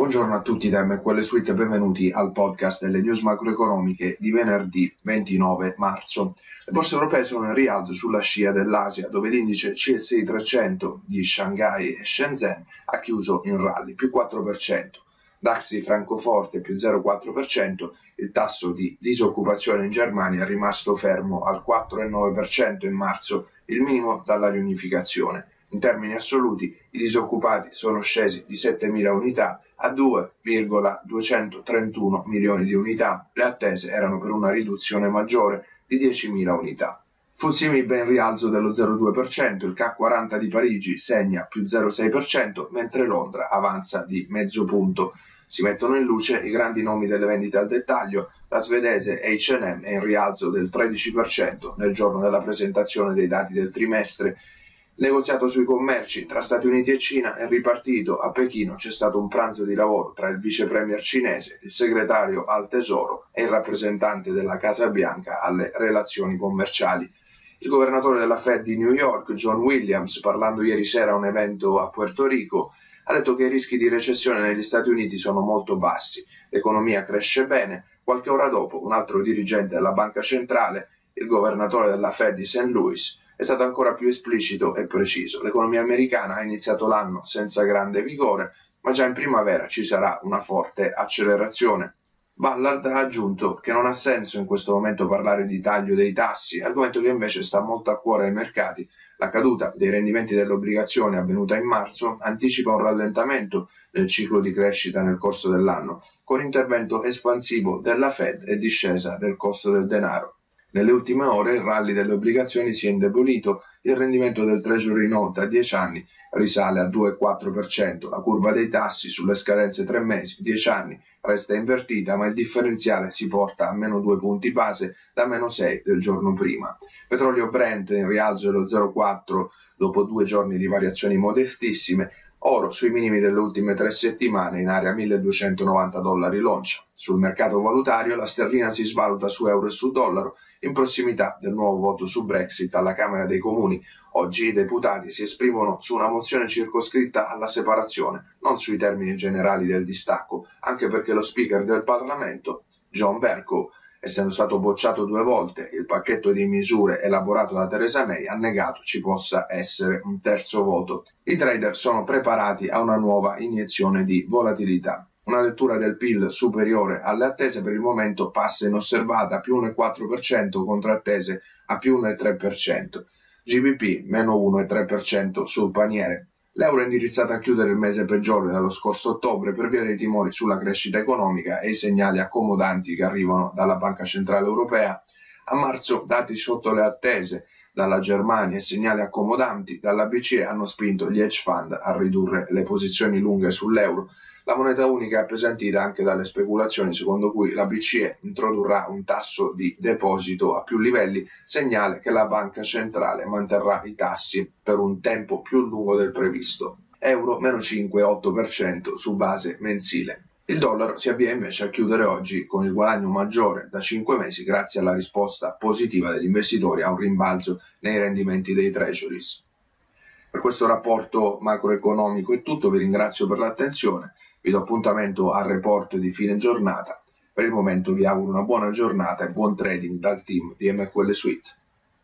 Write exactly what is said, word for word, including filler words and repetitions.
Buongiorno a tutti da M Q L Suite e benvenuti al podcast delle news macroeconomiche di venerdì ventinove marzo. Le borse europee sono in rialzo sulla scia dell'Asia, dove l'indice C S I trecento di Shanghai e Shenzhen ha chiuso in rally, più quattro per cento. DAX di Francoforte più zero virgola quattro per cento, il tasso di disoccupazione in Germania è rimasto fermo al quattro virgola nove per cento in marzo, il minimo dalla riunificazione. In termini assoluti, i disoccupati sono scesi di settemila unità a due virgola duecentotrentuno milioni di unità. Le attese erano per una riduzione maggiore di diecimila unità. F T S E M I B è in rialzo dello zero virgola due per cento, il C A C quaranta di Parigi segna più zero virgola sei per cento, mentre Londra avanza di mezzo punto. Si mettono in luce i grandi nomi delle vendite al dettaglio. La svedese H and M è in rialzo del tredici per cento nel giorno della presentazione dei dati del trimestre. Il negoziato sui commerci tra Stati Uniti e Cina è ripartito. A Pechino c'è stato un pranzo di lavoro tra il vice premier cinese, il segretario al tesoro e il rappresentante della Casa Bianca alle relazioni commerciali. Il governatore della Fed di New York, John Williams, parlando ieri sera a un evento a Puerto Rico, ha detto che i rischi di recessione negli Stati Uniti sono molto bassi, l'economia cresce bene. Qualche ora dopo, un altro dirigente della banca centrale, il governatore della Fed di Saint Louis, è stato ancora più esplicito e preciso. L'economia americana ha iniziato l'anno senza grande vigore, ma già in primavera ci sarà una forte accelerazione. Ballard ha aggiunto che non ha senso in questo momento parlare di taglio dei tassi, argomento che invece sta molto a cuore ai mercati. La caduta dei rendimenti delle obbligazioni avvenuta in marzo anticipa un rallentamento del ciclo di crescita nel corso dell'anno, con intervento espansivo della Fed e discesa del costo del denaro. Nelle ultime ore il rally delle obbligazioni si è indebolito, il rendimento del Treasury Note a dieci anni risale a due virgola quattro per cento, la curva dei tassi sulle scadenze tre mesi, dieci anni resta invertita, ma il differenziale si porta a meno due punti base da meno sei del giorno prima. Petrolio Brent in rialzo dello zero virgola quattro dopo due giorni di variazioni modestissime. Oro sui minimi delle ultime tre settimane in area milleduecentonovanta dollari l'oncia. Sul mercato valutario la sterlina si svaluta su euro e su dollaro in prossimità del nuovo voto su Brexit alla Camera dei Comuni. Oggi i deputati si esprimono su una mozione circoscritta alla separazione, non sui termini generali del distacco, anche perché lo speaker del Parlamento, John Bercow, essendo stato bocciato due volte il pacchetto di misure elaborato da Theresa May, ha negato ci possa essere un terzo voto. I trader sono preparati a una nuova iniezione di volatilità. Una lettura del P I L superiore alle attese per il momento passa inosservata, più uno virgola quattro per cento contro attese a più uno virgola tre per cento. G B P meno uno virgola tre per cento sul paniere. L'euro è indirizzato a chiudere il mese peggiore dallo scorso ottobre per via dei timori sulla crescita economica e i segnali accomodanti che arrivano dalla Banca Centrale Europea. A marzo dati sotto le attese dalla Germania e segnali accomodanti dalla B C E hanno spinto gli hedge fund a ridurre le posizioni lunghe sull'euro. La moneta unica è appesantita anche dalle speculazioni secondo cui la B C E introdurrà un tasso di deposito a più livelli, segnale che la banca centrale manterrà i tassi per un tempo più lungo del previsto. Euro meno cinque virgola otto per cento su base mensile. Il dollaro si avvia invece a chiudere oggi con il guadagno maggiore da cinque mesi grazie alla risposta positiva degli investitori a un rimbalzo nei rendimenti dei treasuries. Per questo rapporto macroeconomico è tutto, vi ringrazio per l'attenzione, vi do appuntamento al report di fine giornata. Per il momento vi auguro una buona giornata e buon trading dal team di M Q L Suite.